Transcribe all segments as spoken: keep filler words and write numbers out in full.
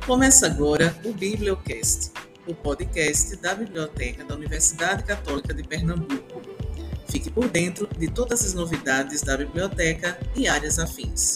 Começa agora o Bibliocast, o podcast da Biblioteca da Universidade Católica de Pernambuco. Fique por dentro de todas as novidades da biblioteca e áreas afins.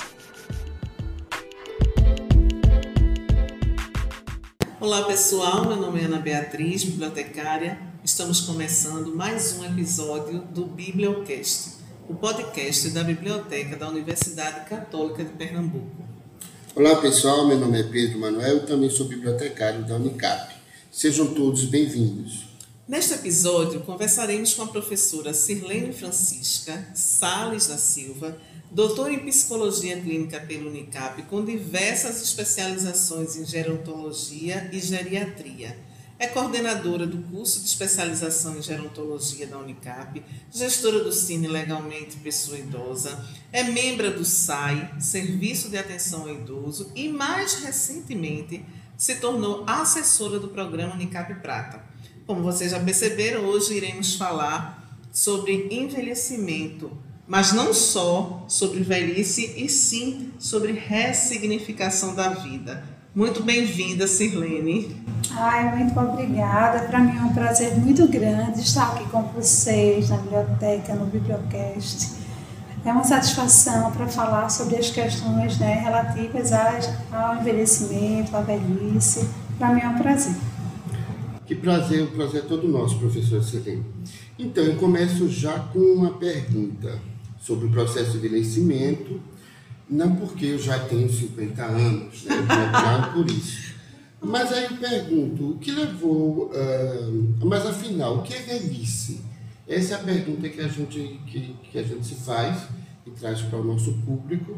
Olá pessoal, meu nome é Ana Beatriz, bibliotecária. Estamos começando mais um episódio do Bibliocast, o podcast da Biblioteca da Universidade Católica de Pernambuco. Olá pessoal, meu nome é Pedro Manuel e também sou bibliotecário da Unicap. Sejam todos bem-vindos. Neste episódio, conversaremos com a professora Sirlene Francisca Sales da Silva, doutora em Psicologia Clínica pela Unicap, com diversas especializações em Gerontologia e Geriatria. É coordenadora do curso de especialização em Gerontologia da Unicap, gestora do Cine Legalmente Pessoa Idosa, é membro do S A I, Serviço de Atenção ao Idoso, e mais recentemente se tornou assessora do programa Unicap Prata. Como vocês já perceberam, hoje iremos falar sobre envelhecimento, mas não só sobre velhice, e sim sobre ressignificação da vida. Muito bem-vinda, Sirlene. Ai, muito obrigada. Para mim é um prazer muito grande estar aqui com vocês na biblioteca, no Bibliocast. É uma satisfação para falar sobre as questões, né, relativas ao envelhecimento, à velhice. Para mim é um prazer. Que prazer, o prazer é todo nosso, professora Sirlene. Então, eu começo já com uma pergunta sobre o processo de envelhecimento. Não porque eu já tenho cinquenta anos, né? Não por isso. Mas aí eu pergunto, o que levou... Uh, mas afinal, o que é velhice? Essa é a pergunta que a gente, que, que a gente se faz e traz para o nosso público.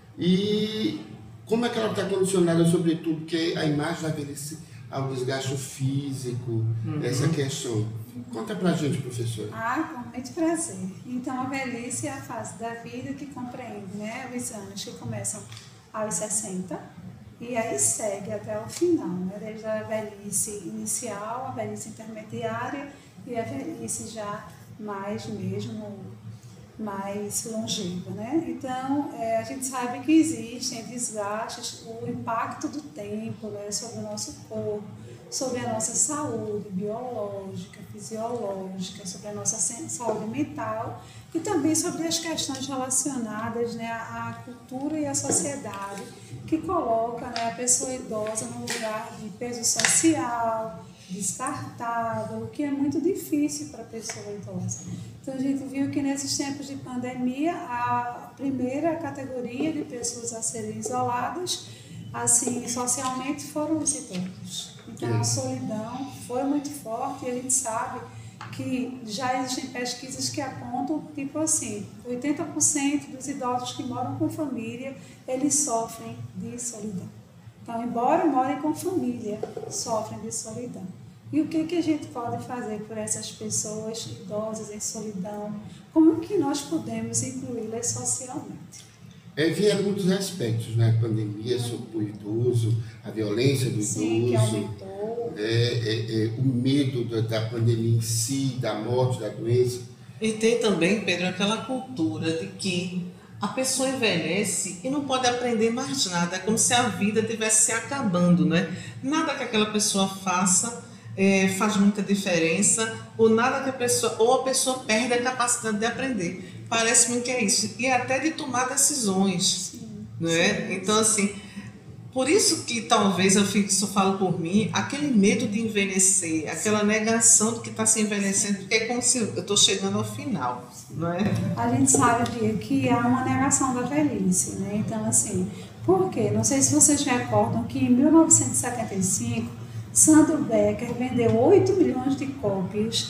E como é que ela está condicionada, sobretudo, porque a imagem da velhice ao desgaste físico, uhum. Essa questão. Conta pra gente, professora. Ah, com muito prazer. Então, a velhice é a fase da vida que compreende, né, os anos que começam aos sessenta e aí segue até o final, né, desde a velhice inicial, a velhice intermediária e a velhice já mais mesmo, mais longeva, né? Então, é, a gente sabe que existem desgastes, o impacto do tempo, né, sobre o nosso corpo, sobre a nossa saúde biológica, fisiológica, sobre a nossa saúde mental e também sobre as questões relacionadas, né, à cultura e à sociedade, que coloca, né, a pessoa idosa num lugar de peso social, descartável, o que é muito difícil para a pessoa idosa. Então, a gente viu que nesses tempos de pandemia, a primeira categoria de pessoas a serem isoladas, assim, socialmente, foram os idosos. Então, a solidão foi muito forte e a gente sabe que já existem pesquisas que apontam, tipo assim, oitenta por cento dos idosos que moram com família, eles sofrem de solidão. Então, embora morem com família, sofrem de solidão. E o que, que a gente pode fazer por essas pessoas idosas em solidão? Como que nós podemos incluí-las socialmente? É, vieram muitos aspectos, né? A pandemia sobre o idoso, a violência do Sim, idoso, que aumentou. É, é, é, o medo da, da pandemia em si, da morte, da doença. E tem também, Pedro, aquela cultura de que a pessoa envelhece e não pode aprender mais nada. É como se a vida estivesse se acabando, né? Nada que aquela pessoa faça é, faz muita diferença, ou nada que a pessoa, ou a pessoa perde a capacidade de aprender. Parece-me que é isso. E até de tomar decisões. Sim, né? Sim, então, assim, por isso que talvez eu fico, só falo por mim, aquele medo de envelhecer, aquela negação de que está se envelhecendo, porque é como se eu estou chegando ao final, não é? A gente sabe, Bia, que há uma negação da velhice, né? Então, assim, por quê? Não sei se vocês recordam que em mil novecentos e setenta e cinco, Sandro Becker vendeu oito milhões de cópias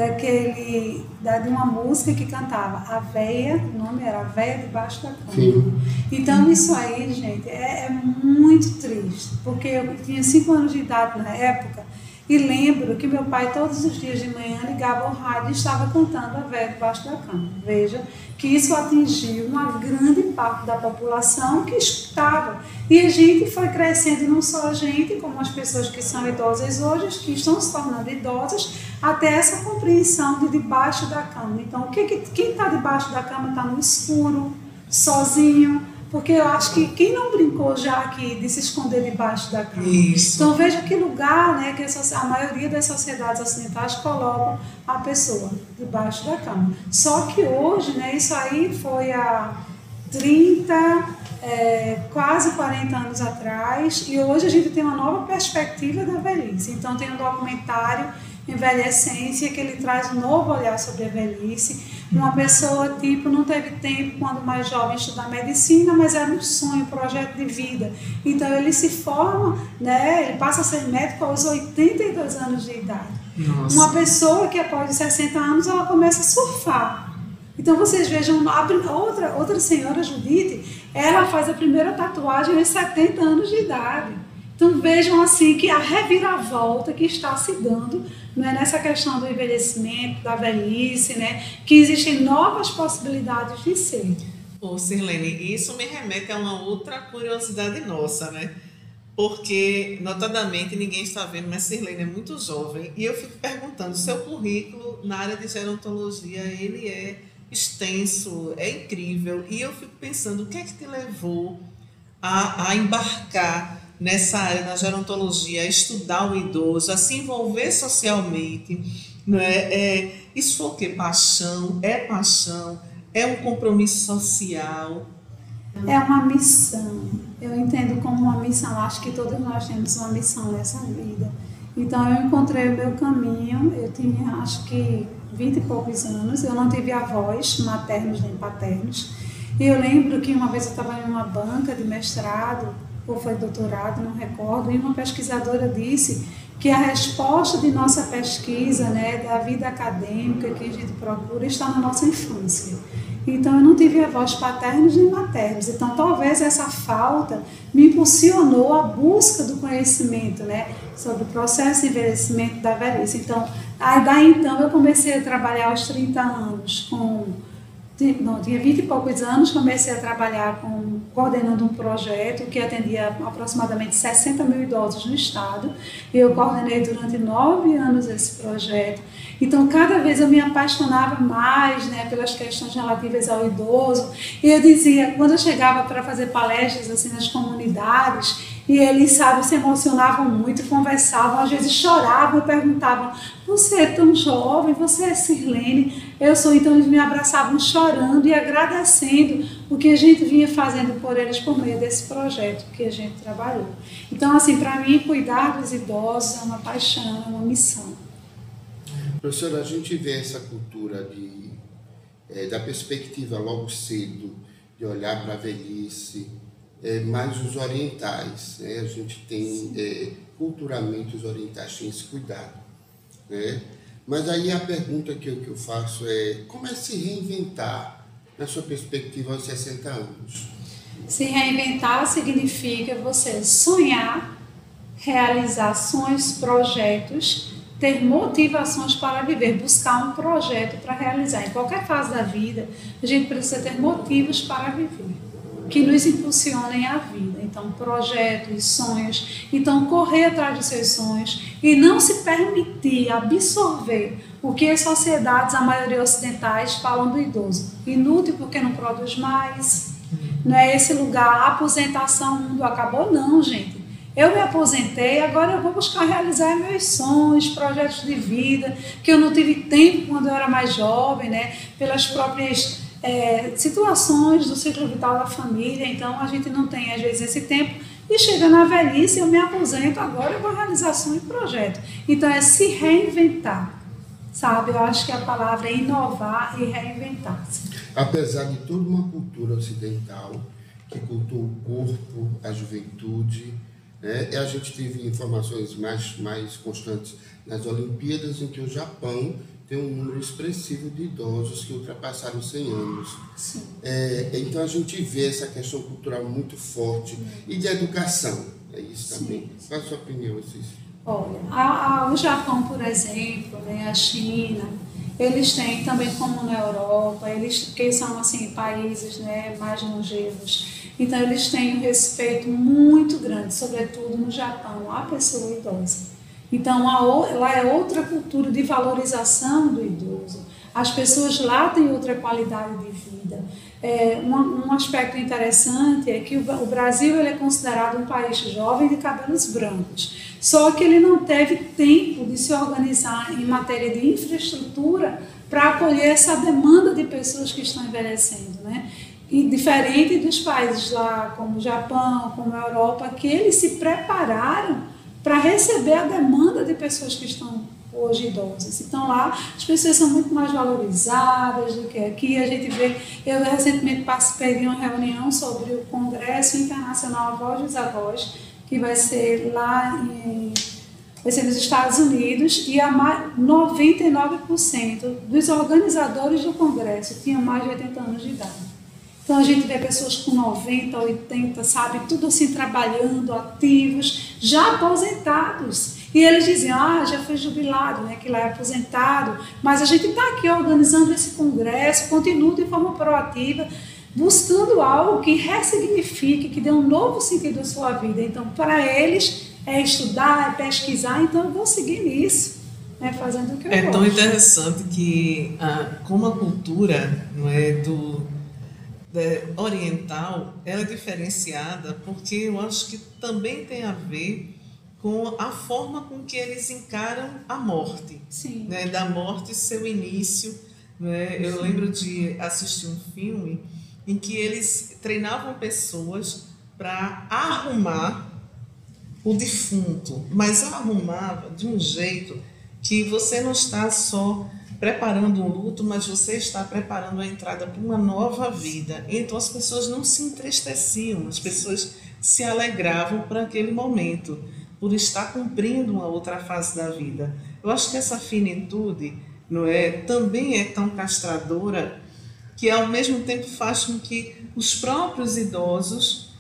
daquele, da, de uma música que cantava A Véia, o nome era A Véia Debaixo da Cama. Sim. Então isso aí, gente, é, é muito triste, porque eu tinha cinco anos de idade na época e lembro que meu pai todos os dias de manhã ligava o rádio e estava cantando A Véia Debaixo da Cama. Veja que isso atingiu uma grande parte da população que escutava. E a gente foi crescendo, não só a gente, como as pessoas que são idosas hoje, que estão se tornando idosas, até essa compreensão de debaixo da cama. Então, o que, quem está debaixo da cama está no escuro, sozinho, Porque eu acho que quem não brincou já aqui de se esconder debaixo da cama? Isso. Então veja que lugar, né, que a maioria das sociedades ocidentais colocam a pessoa debaixo da cama. Só que hoje, né, isso aí foi há trinta, é, quase quarenta anos atrás, e hoje a gente tem uma nova perspectiva da velhice. Então tem um documentário Envelhecência, que ele traz um novo olhar sobre a velhice. Uma pessoa, tipo, não teve tempo quando mais jovem estudar medicina, mas era um sonho, um projeto de vida. Então ele se forma, né, ele passa a ser médico aos oitenta e dois anos de idade. Nossa. Uma pessoa que após sessenta anos, ela começa a surfar. Então vocês vejam, a outra, outra senhora, Judite, ela faz a primeira tatuagem aos setenta anos de idade. Então vejam assim que a reviravolta que está se dando, né, nessa questão do envelhecimento, da velhice, né, que existem novas possibilidades de ser. Ô, Sirlene, isso me remete a uma outra curiosidade nossa, né? Porque, notadamente, ninguém está vendo, mas Sirlene é muito jovem, e eu fico perguntando, seu currículo na área de gerontologia, ele é extenso, é incrível, e eu fico pensando, o que é que te levou a, a embarcar nessa área da gerontologia, a estudar o idoso, a se envolver socialmente, não é? É, isso foi o quê? Paixão? É paixão? É um compromisso social? É uma missão. Eu entendo como uma missão. Acho que todos nós temos uma missão nessa vida. Então eu encontrei o meu caminho. Eu tinha, acho que, vinte e poucos anos. Eu não tive avós maternos nem paternos. E eu lembro que uma vez eu estava em uma banca de mestrado, ou foi doutorado, não recordo, e uma pesquisadora disse que a resposta de nossa pesquisa, né, da vida acadêmica que a gente procura, está na nossa infância. Então, eu não tive avós paternos nem maternos. Então, talvez essa falta me impulsionou a busca do conhecimento, né, sobre o processo de envelhecimento da velhice. Então, aí daí então eu comecei a trabalhar aos trinta anos com... Não, tinha vinte e poucos anos, comecei a trabalhar com, coordenando um projeto que atendia aproximadamente sessenta mil idosos no estado. Eu coordenei durante nove anos esse projeto. Então, cada vez eu me apaixonava mais, né, pelas questões relativas ao idoso. E eu dizia, quando eu chegava para fazer palestras assim, nas comunidades, e eles, sabe, se emocionavam muito, conversavam, às vezes choravam, perguntavam, você é tão jovem, você é Sirlene? Eu sou, então eles me abraçavam chorando e agradecendo o que a gente vinha fazendo por eles por meio desse projeto que a gente trabalhou. Então, assim, para mim, cuidar dos idosos é uma paixão, é uma missão. Professora, a gente vê essa cultura de, é, da perspectiva logo cedo, de olhar para a velhice, é, mais os orientais, né? A gente tem, é, culturalmente, os orientais têm esse cuidado, né? Mas aí a pergunta que eu, que eu faço é, como é se reinventar, na sua perspectiva, aos sessenta anos? Se reinventar significa você sonhar, realizar sonhos, projetos, ter motivações para viver, buscar um projeto para realizar. Em qualquer fase da vida, a gente precisa ter motivos para viver, que nos impulsionem a vida. Então, projetos, sonhos. Então, correr atrás dos seus sonhos e não se permitir absorver o que as sociedades, a maioria ocidentais, falam do idoso. Inútil porque não produz mais. Não é esse lugar, a aposentação, o mundo acabou. Não, gente. Eu me aposentei, agora eu vou buscar realizar meus sonhos, projetos de vida, que eu não tive tempo quando eu era mais jovem, né? Pelas próprias é, situações do ciclo vital da família. Então, a gente não tem, às vezes, esse tempo. E chega na velhice, eu me aposento, agora eu vou realizar sonho e projeto. Então, é se reinventar, sabe? Eu acho que a palavra é inovar e reinventar-se. Apesar de toda uma cultura ocidental que cultua o corpo, a juventude, né? E a gente teve informações mais, mais constantes nas Olimpíadas, em que o Japão tem um número expressivo de idosos que ultrapassaram cem anos. É, então a gente vê essa questão cultural muito forte. Sim. E de educação, é isso Sim. também. Qual a sua opinião, Cícero? Olha, a, a, o Japão, por exemplo, né, a China, eles têm também, como na Europa, eles que são assim, países, né, mais longevos. Então, eles têm um respeito muito grande, sobretudo no Japão, à pessoa idosa. Então, a, lá é outra cultura de valorização do idoso. As pessoas lá têm outra qualidade de vida. É, um, um aspecto interessante é que o, o Brasil ele é considerado um país jovem de cabelos brancos, só que ele não teve tempo de se organizar em matéria de infraestrutura para acolher essa demanda de pessoas que estão envelhecendo, né? E diferente dos países lá, como o Japão, como a Europa, que eles se prepararam para receber a demanda de pessoas que estão hoje idosas. Então lá as pessoas são muito mais valorizadas do que aqui. A gente vê, eu recentemente participei de uma reunião sobre o Congresso Internacional Avós dos Avós, que vai ser lá em, vai ser nos Estados Unidos, e a noventa e nove por cento dos organizadores do Congresso tinham mais de oitenta anos de idade. Então a gente vê pessoas com noventa, oitenta, sabe, tudo assim trabalhando, ativos, já aposentados. E eles diziam, ah, já foi jubilado, né, que lá é aposentado, mas a gente está aqui organizando esse congresso, continua de forma proativa, buscando algo que ressignifique, que dê um novo sentido à sua vida. Então, para eles, é estudar, é pesquisar, então eu vou seguir nisso, né, fazendo o que eu é gosto. É tão interessante que, ah, como a cultura, não é, do... oriental, ela é diferenciada porque eu acho que também tem a ver com a forma com que eles encaram a morte. Sim. Né? Da morte, seu início. Né? Eu Sim. lembro de assistir um filme em que eles treinavam pessoas para arrumar o defunto, mas arrumava de um jeito que você não está só preparando um luto, mas você está preparando a entrada para uma nova vida. Então as pessoas não se entristeciam, as pessoas se alegravam por aquele momento, por estar cumprindo uma outra fase da vida. Eu acho que essa finitude, não é, também é tão castradora, que ao mesmo tempo faz com que os próprios idosos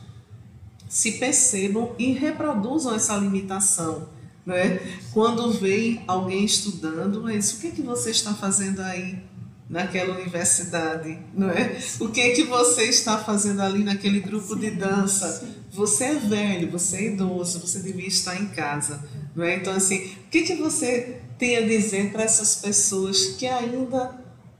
se percebam e reproduzam essa limitação. Né? Quando vem alguém estudando, mas o que é que você está fazendo aí naquela universidade? Não é? O que é que você está fazendo ali naquele grupo sim, de dança? Sim. Você é velho, você é idoso, você devia estar em casa. Não é? Então, assim, o que é que você tem a dizer para essas pessoas que ainda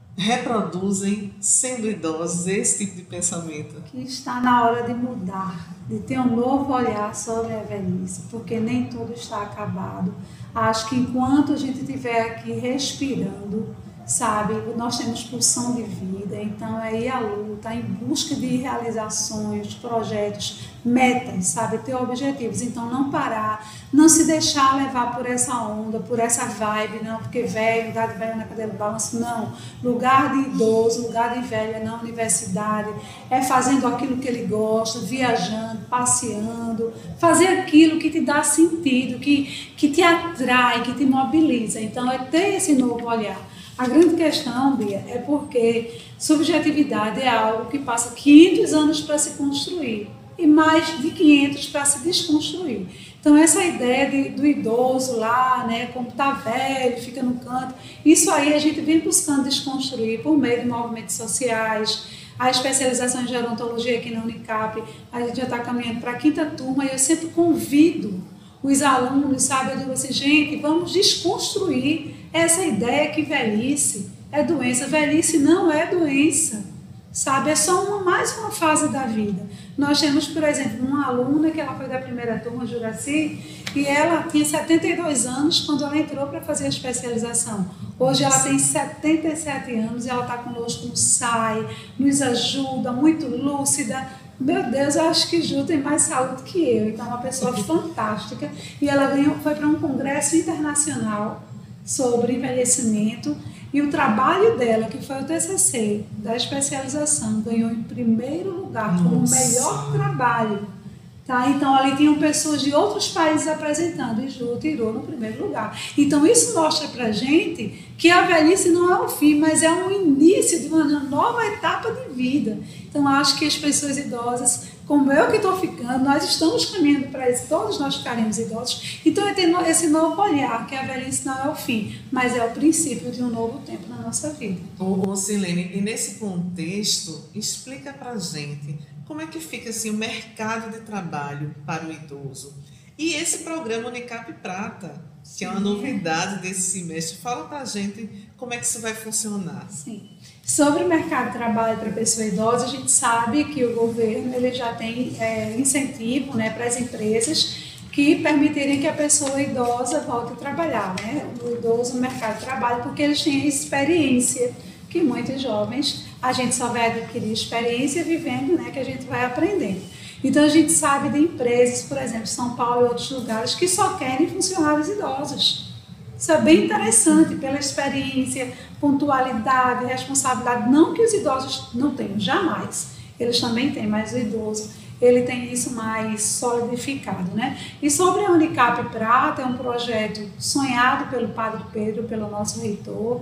reproduzem, sendo idosos, esse tipo de pensamento? Que está na hora de mudar, de ter um novo olhar sobre a velhice, porque nem tudo está acabado. Acho que enquanto a gente estiver aqui respirando, sabe, nós temos pulsão de vida, então é ir à luta, em busca de realizações, projetos, metas, sabe, ter objetivos. Então não parar, não se deixar levar por essa onda, por essa vibe, não, porque velho, lugar de velho na cadeira de balanço, não. Lugar de idoso, lugar de velho é na universidade, é fazendo aquilo que ele gosta, viajando, passeando, fazer aquilo que te dá sentido, que, que te atrai, que te mobiliza. Então é ter esse novo olhar. A grande questão, Bia, é porque subjetividade é algo que passa quinhentos anos para se construir e mais de quinhentos para se desconstruir. Então, essa ideia de, do idoso lá, né, como está velho, fica no canto, isso aí a gente vem buscando desconstruir por meio de movimentos sociais. A especialização em gerontologia aqui na Unicap, a gente já está caminhando para a quinta turma e eu sempre convido os alunos, sabe, eu digo assim, gente, vamos desconstruir essa ideia que velhice é doença. Velhice não é doença, sabe, é só uma, mais uma fase da vida. Nós temos, por exemplo, uma aluna que ela foi da primeira turma, Juraci, e ela tinha setenta e dois anos quando ela entrou para fazer a especialização. Hoje ela tem setenta e sete anos e ela está conosco no S A I, nos ajuda, muito lúcida. Meu Deus, eu acho que Ju tem mais saúde que eu, então é uma pessoa fantástica. E ela ganhou, foi para um congresso internacional sobre envelhecimento e o trabalho dela, que foi o T C C da especialização, ganhou em primeiro lugar como o melhor trabalho. Tá? Então, ali tinham pessoas de outros países apresentando e Ju tirou no primeiro lugar. Então, isso mostra pra gente que a velhice não é o fim, mas é um início de uma nova etapa de vida. Então, acho que as pessoas idosas, como eu que estou ficando, nós estamos caminhando para isso, todos nós ficaremos idosos. Então, é ter esse novo olhar, que a velhice não é o fim, mas é o princípio de um novo tempo na nossa vida. Ô, ô Silene, e nesse contexto, explica pra gente como é que fica assim, o mercado de trabalho para o idoso. E esse programa Unicap Prata, que é uma novidade desse semestre, fala para a gente como é que isso vai funcionar. Sim. Sobre o mercado de trabalho para pessoa idosa, a gente sabe que o governo ele já tem é, incentivo, né, para as empresas que permitirem que a pessoa idosa volte a trabalhar, né, o idoso no mercado de trabalho, porque eles têm experiência, que muitos jovens, a gente só vai adquirir experiência vivendo, né, que a gente vai aprendendo. Então, a gente sabe de empresas, por exemplo, São Paulo e outros lugares, que só querem funcionários idosos. Isso é bem interessante, pela experiência, pontualidade, responsabilidade. Não que os idosos não tenham, jamais. Eles também têm, mas o idoso, ele tem isso mais solidificado, né? E sobre a Unicap Prata, é um projeto sonhado pelo Padre Pedro, pelo nosso reitor,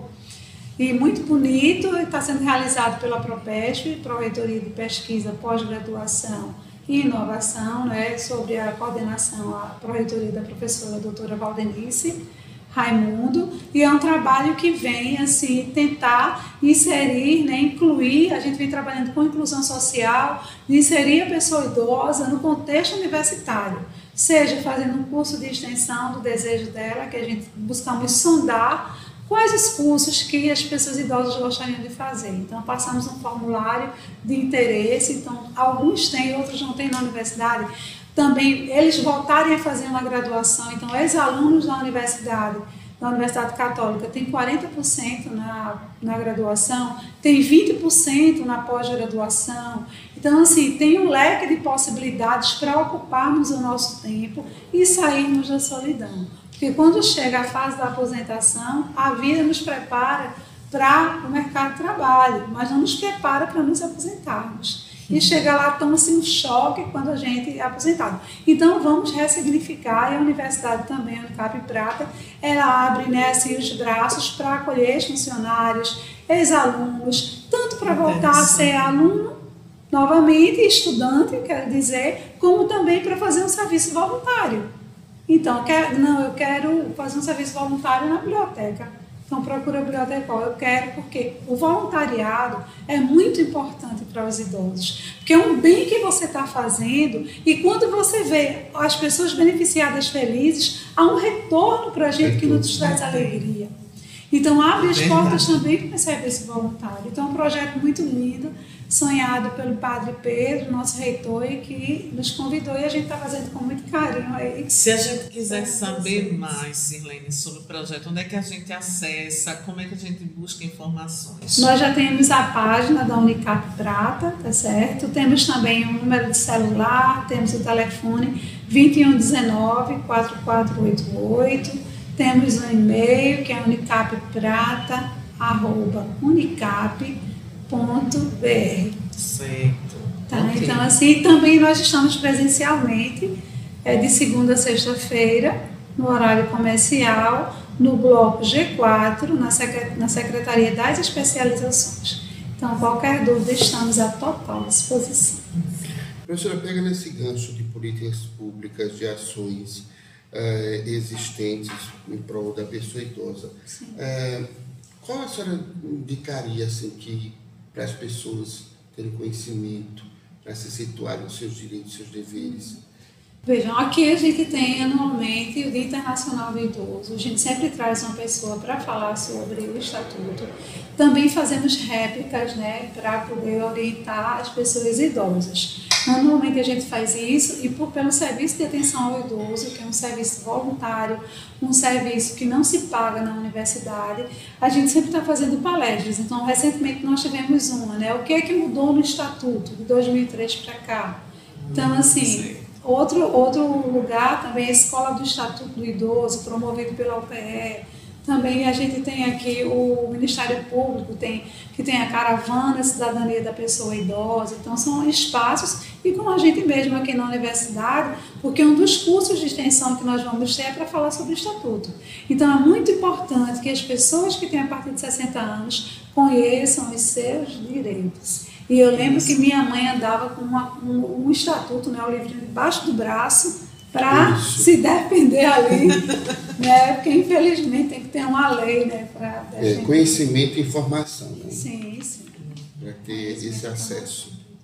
e muito bonito, está sendo realizado pela Propesp, Pró-Reitoria de Pesquisa, Pós-Graduação e Inovação, né, sobre a coordenação, a Pró-Reitoria da professora doutora Valdenice Raimundo, e é um trabalho que vem assim, tentar inserir, né, incluir, a gente vem trabalhando com inclusão social, inserir a pessoa idosa no contexto universitário, seja fazendo um curso de extensão do desejo dela, que a gente buscamos sondar quais os cursos que as pessoas idosas gostariam de fazer. Então, passamos um formulário de interesse, então, alguns têm, outros não têm na universidade. Também, eles voltarem a fazer uma graduação, então, ex-alunos da universidade, da Universidade Católica, tem quarenta por cento na, na graduação, tem vinte por cento na pós-graduação. Então, assim, tem um leque de possibilidades para ocuparmos o nosso tempo e sairmos da solidão. Porque quando chega a fase da aposentação, a vida nos prepara para o mercado de trabalho, mas não nos prepara para nos aposentarmos. E chega lá, toma-se um choque quando a gente é aposentado. Então, vamos ressignificar, e a universidade também, a Unicap Prata, ela abre, né, assim, os braços para acolher funcionários, ex-alunos, tanto para voltar a ser aluno, novamente, estudante, quero dizer, como também para fazer um serviço voluntário. Então, quer, não, eu quero fazer um serviço voluntário na biblioteca. Então, procura a biblioteca. Eu quero porque o voluntariado é muito importante para os idosos. Porque é um bem que você está fazendo e quando você vê as pessoas beneficiadas felizes, há um retorno para a gente que nos traz alegria. Então, abre as portas também para o serviço voluntário. Então, é um projeto muito lindo, sonhado pelo Padre Pedro, nosso reitor, e que nos convidou e a gente está fazendo com muito carinho aí. Se a gente quiser saber mais, Sirlene, sobre o projeto, onde é que a gente acessa, como é que a gente busca informações? Nós já temos a página da Unicap Prata, tá certo? Temos também o número de celular, temos o telefone vinte e um dezenove, quarenta e quatro oitenta e oito, temos um e-mail que é unicapprata arroba unicap ponto br. Certo. Tá, okay. Então, assim, também nós estamos presencialmente, é, de segunda a sexta-feira, no horário comercial, no bloco G quatro, na, secret na Secretaria das Especializações. Então, qualquer dúvida, estamos à total disposição. Professora, pega nesse gancho de políticas públicas, de ações eh, existentes em prol da pessoa idosa. Eh, qual a senhora indicaria, assim, que para as pessoas terem conhecimento, para se situarem nos seus direitos, seus deveres? Vejam, aqui a gente tem anualmente o Dia Internacional do Idoso. A gente sempre traz uma pessoa para falar sobre o Estatuto. Também fazemos réplicas, né, para poder orientar as pessoas idosas. Anualmente a gente faz isso e por, pelo serviço de atenção ao idoso, que é um serviço voluntário, um serviço que não se paga na universidade, a gente sempre está fazendo palestras. Então, recentemente nós tivemos uma, né? O que é que mudou no Estatuto de dois mil e três para cá? Então, assim, outro, outro lugar também é a Escola do Estatuto do Idoso, promovido pela U P E. Também a gente tem aqui o Ministério Público, tem, que tem a Caravana Cidadania da Pessoa Idosa. Então, são espaços, e com a gente mesmo aqui na universidade, porque um dos cursos de extensão que nós vamos ter é para falar sobre o Estatuto. Então, é muito importante que as pessoas que têm a partir de sessenta anos conheçam os seus direitos. E eu lembro que minha mãe andava com uma, um, um estatuto, né, o livrinho debaixo do braço, para se defender ali, né? Porque infelizmente tem que ter uma lei, né, para é, conhecimento e informação, né? Sim, sim. Para ter esse acesso.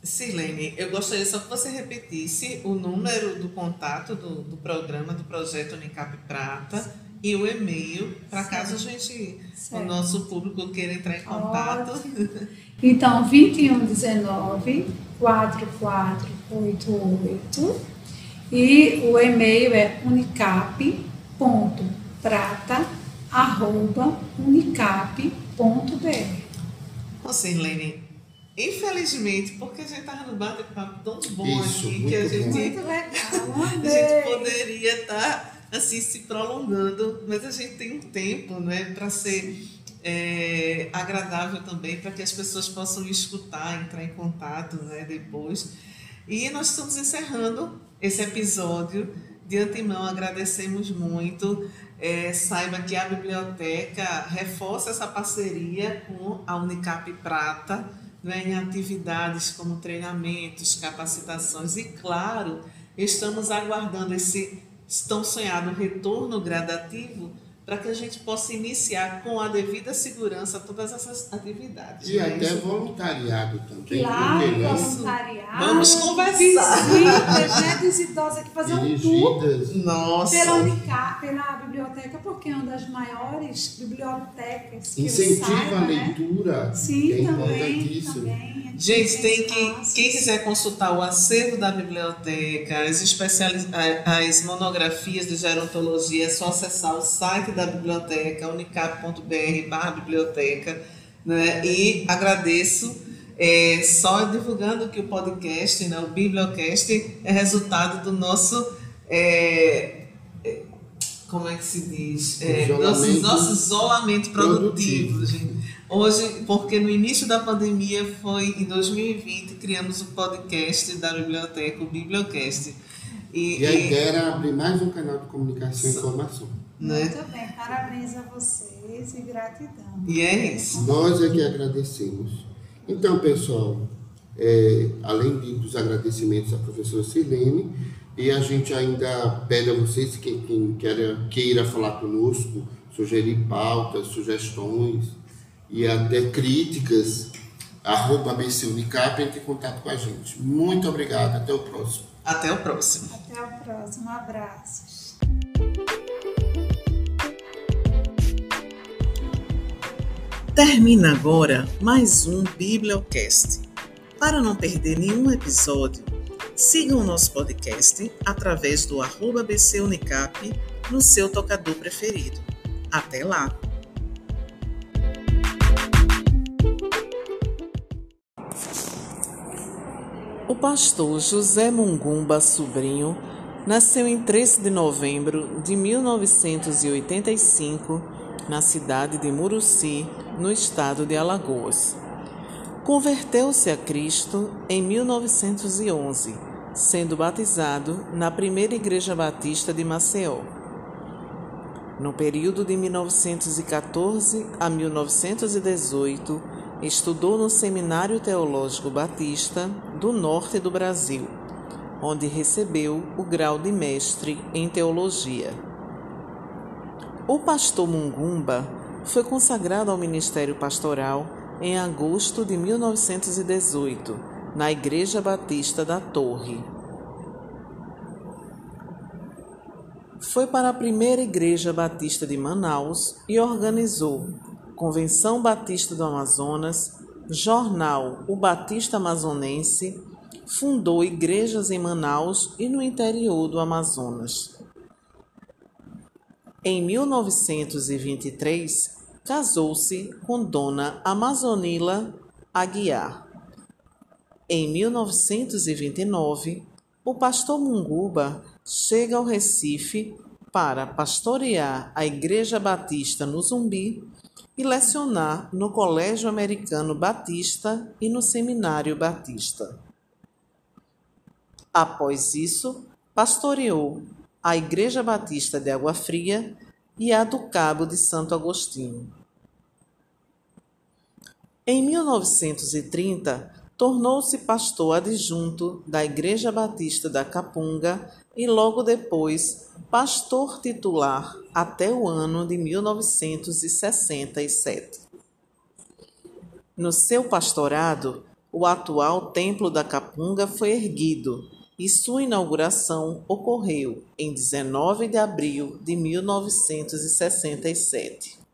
Sirlene, eu gostaria só que você repetisse o número do contato do, do programa, do projeto Unicap Prata e o e-mail, para caso a gente, certo. O nosso público queira entrar em contato. Ótimo. Então, vinte e um dezenove, quarenta e quatro oitenta e oito e o e-mail é unicap ponto prata arroba unicap ponto b r. Ô, Sirlene, infelizmente, porque a gente estava no bate-papo tão bom Isso, aqui, que a gente, muito legal, a gente poderia estar assim, se prolongando, mas a gente tem um tempo, né, para ser é, agradável também, para que as pessoas possam escutar, entrar em contato, né, depois. E nós estamos encerrando esse episódio. De antemão, agradecemos muito. É, saiba que a biblioteca reforça essa parceria com a Unicap Prata, né, em atividades como treinamentos, capacitações e, claro, estamos aguardando esse tão sonhado retorno gradativo para que a gente possa iniciar com a devida segurança todas essas atividades. E né? até Isso. voluntariado também. Claro, Isso. voluntariado. Vamos conversar. Visitas, né, dos idosos aqui fazer um tour Nossa. pela Unicap, pela biblioteca, porque é uma das maiores bibliotecas que incentiva eu saiba, a leitura. Né? Sim, é também, importantíssimo. também. Gente, tem que, quem quiser consultar o acervo da biblioteca, as, especializ... as monografias de gerontologia, é só acessar o site da biblioteca, unicap ponto b r barra biblioteca, né? E agradeço, é, só divulgando que o podcast, né, o Bibliocast, é resultado do nosso, é, é, como é que se diz? É, nosso, nosso isolamento produtivo, produtivo. Gente. Hoje, porque no início da pandemia, foi em dois mil e vinte, criamos o podcast da biblioteca, o Bibliocast. E, e a ideia era abrir mais um canal de comunicação e informação. Né? Muito bem, parabéns a vocês e gratidão. E é isso. Nós é que agradecemos. Então, pessoal, é, além de, dos agradecimentos à professora Sirlene, e a gente ainda pede a vocês, quem, quem queira, queira falar conosco, sugerir pautas, sugestões e até críticas, arroba B C Unicap, entre em contato com a gente. Muito obrigado, até o próximo. Até o próximo. Até o próximo, abraços. Termina agora mais um Bibliocast. Para não perder nenhum episódio, sigam o nosso podcast através do arroba B C Unicap no seu tocador preferido. Até lá! O pastor José Mungumba Sobrinho nasceu em treze de novembro de mil novecentos e oitenta e cinco na cidade de Muruci, no estado de Alagoas. Converteu-se a Cristo em mil novecentos e onze, sendo batizado na primeira Igreja Batista de Maceió. No período de mil novecentos e quatorze a mil novecentos e dezoito, estudou no Seminário Teológico Batista do Norte do Brasil, onde recebeu o grau de mestre em teologia. O pastor Mungumba foi consagrado ao ministério pastoral em agosto de mil novecentos e dezoito, na Igreja Batista da Torre. Foi para a primeira Igreja Batista de Manaus e organizou Convenção Batista do Amazonas, Jornal O Batista Amazonense, fundou igrejas em Manaus e no interior do Amazonas. Em mil novecentos e vinte e três, casou-se com Dona Amazonila Aguiar. Em mil novecentos e vinte e nove, o pastor Mungumba chega ao Recife para pastorear a Igreja Batista no Zumbi e lecionar no Colégio Americano Batista e no Seminário Batista. Após isso, pastoreou a Igreja Batista de Água Fria e a do Cabo de Santo Agostinho. Em mil novecentos e trinta, tornou-se pastor adjunto da Igreja Batista da Capunga e logo depois pastor titular até o ano de mil novecentos e sessenta e sete. No seu pastorado, o atual Templo da Capunga foi erguido e sua inauguração ocorreu em dezenove de abril de mil novecentos e sessenta e sete.